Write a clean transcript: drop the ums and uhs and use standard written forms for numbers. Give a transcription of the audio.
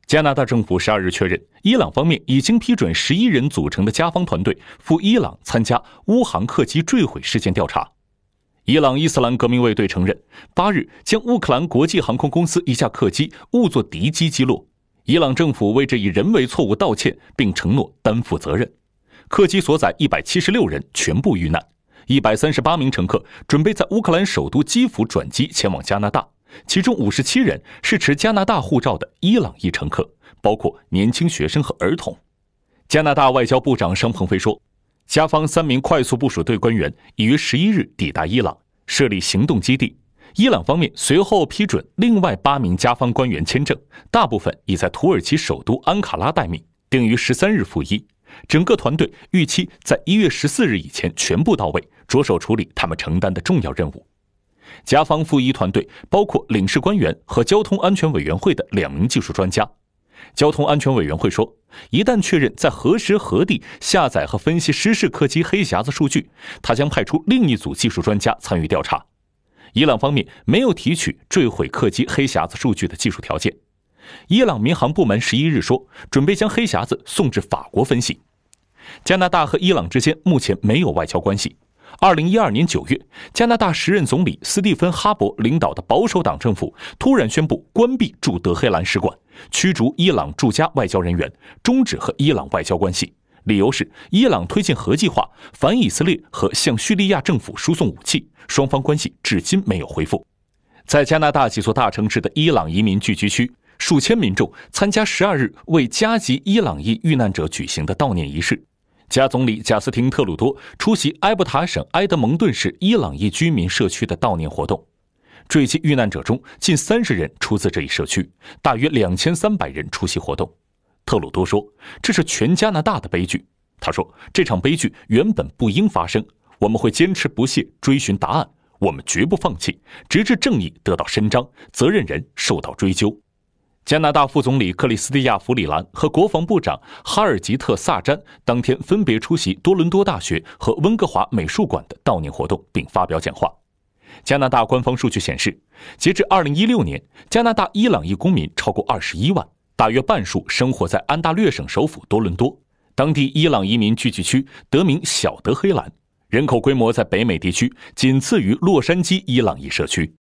加拿大政府12日确认，伊朗方面已经批准11人组成的加方团队赴伊朗参加乌航客机坠毁事件调查。伊朗伊斯兰革命卫队承认，8日将乌克兰国际航空公司一架客机误作敌机击落。伊朗政府为这一人为错误道歉，并承诺担负责任。客机所载176人全部遇难，138名乘客准备在乌克兰首都基辅转机前往加拿大。其中57人是持加拿大护照的伊朗裔乘客，包括年轻学生和儿童。加拿大外交部长商鹏飞说，加方3名快速部署队官员已于11日抵达伊朗，设立行动基地。伊朗方面随后批准另外8名加方官员签证，大部分已在土耳其首都安卡拉待命，定于13日赴伊。整个团队预期在1月14日以前全部到位，着手处理他们承担的重要任务。加方赴伊团队包括领事官员和交通安全委员会的2名技术专家。交通安全委员会说，一旦确认在何时何地下载和分析失事客机黑匣子数据，他将派出另一组技术专家参与调查。伊朗方面没有提取坠毁客机黑匣子数据的技术条件。伊朗民航部门11日说，准备将黑匣子送至法国分析。加拿大和伊朗之间目前没有外交关系。2012年9月，加拿大时任总理斯蒂芬·哈珀领导的保守党政府突然宣布关闭驻德黑兰使馆，驱逐伊朗驻加外交人员，终止和伊朗外交关系。理由是伊朗推进核计划，反以色列和向叙利亚政府输送武器，双方关系至今没有恢复。在加拿大几座大城市的伊朗移民聚居区，数千民众参加12日为加籍伊朗裔遇难者举行的悼念仪式。加总理贾斯汀·特鲁多出席埃伯塔省埃德蒙顿市伊朗裔居民社区的悼念活动。坠机遇难者中，近30人出自这一社区，大约2300人出席活动。特鲁多说，这是全加拿大的悲剧。他说，这场悲剧原本不应发生，我们会坚持不懈追寻答案，我们绝不放弃，直至正义得到伸张，责任人受到追究。加拿大副总理克里斯蒂亚·弗里兰和国防部长哈尔吉特·萨詹当天分别出席多伦多大学和温哥华美术馆的悼念活动，并发表讲话。加拿大官方数据显示，截至2016年，加拿大伊朗裔公民超过21万，大约半数生活在安大略省首府多伦多。当地伊朗移民聚集区得名小德黑兰，人口规模在北美地区仅次于洛杉矶伊朗裔社区。